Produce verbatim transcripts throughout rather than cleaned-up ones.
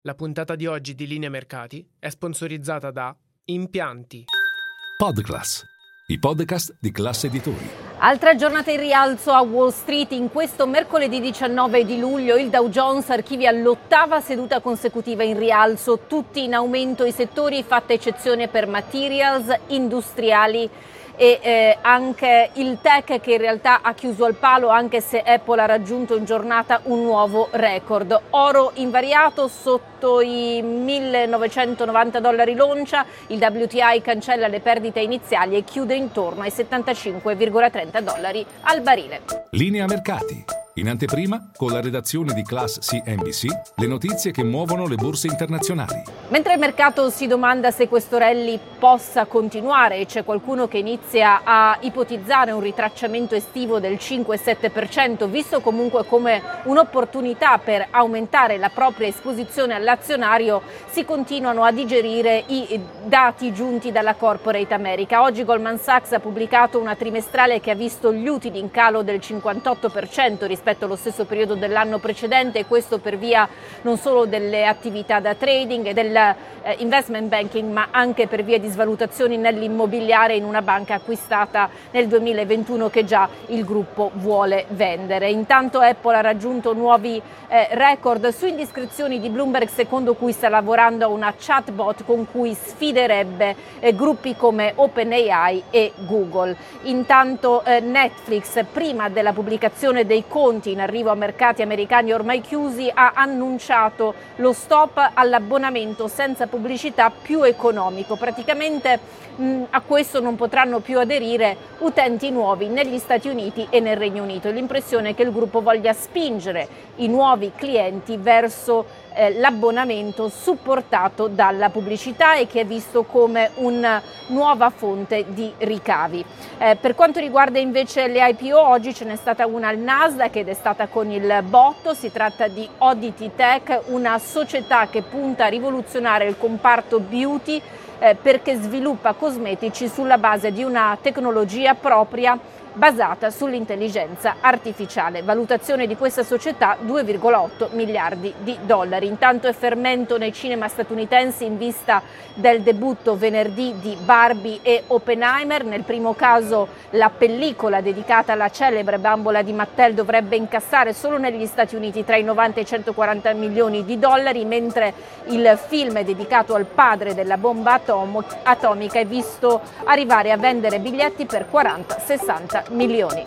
La puntata di oggi di Linea Mercati è sponsorizzata da Impianti. Podclass, i podcast di Class Editori. Altra giornata in rialzo a Wall Street. In questo mercoledì diciannove di luglio il Dow Jones archivia l'ottava seduta consecutiva in rialzo, tutti in aumento i settori, fatta eccezione per materials, industriali e eh, anche il tech, che in realtà ha chiuso al palo, anche se Apple ha raggiunto in giornata un nuovo record. Oro invariato sotto i millenovecentonovanta dollari l'oncia, il W T I cancella le perdite iniziali e chiude intorno ai settantacinque virgola trenta dollari al barile. Linea Mercati. In anteprima, con la redazione di Class C N B C, le notizie che muovono le borse internazionali. Mentre il mercato si domanda se questo rally possa continuare e c'è qualcuno che inizia a ipotizzare un ritracciamento estivo del cinque sette per cento, visto comunque come un'opportunità per aumentare la propria esposizione all'azionario, si continuano a digerire i dati giunti dalla Corporate America. Oggi Goldman Sachs ha pubblicato una trimestrale che ha visto gli utili in calo del cinquantotto per cento rispetto rispetto allo stesso periodo dell'anno precedente, e questo per via non solo delle attività da trading e del eh, investment banking, ma anche per via di svalutazioni nell'immobiliare in una banca acquistata nel duemilaventuno che già il gruppo vuole vendere. Intanto Apple ha raggiunto nuovi eh, record su indiscrezioni di Bloomberg, secondo cui sta lavorando a una chatbot con cui sfiderebbe eh, gruppi come OpenAI e Google. Intanto eh, Netflix, prima della pubblicazione dei conti in arrivo a mercati americani ormai chiusi, ha annunciato lo stop all'abbonamento senza pubblicità più economico. Praticamente mh, a questo non potranno più aderire utenti nuovi negli Stati Uniti e nel Regno Unito. L'impressione è che il gruppo voglia spingere i nuovi clienti verso eh, l'abbonamento supportato dalla pubblicità e che è visto come una nuova fonte di ricavi. Eh, per quanto riguarda invece le I P O, oggi ce n'è stata una al Nasdaq ed è stata con il botto. Si tratta di Oddity Tech, una società che punta a rivoluzionare il comparto beauty eh, perché sviluppa cosmetici sulla base di una tecnologia propria basata sull'intelligenza artificiale. Valutazione di questa società due virgola otto miliardi di dollari. Intanto è fermento nei cinema statunitensi in vista del debutto venerdì di Barbie e Oppenheimer. Nel primo caso la pellicola dedicata alla celebre bambola di Mattel dovrebbe incassare solo negli Stati Uniti tra i novanta e i centoquaranta milioni di dollari, mentre il film dedicato al padre della bomba atomo- atomica è visto arrivare a vendere biglietti per quaranta sessanta milioni.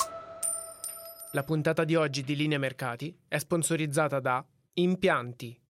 La puntata di oggi di Linea Mercati è sponsorizzata da Impianti.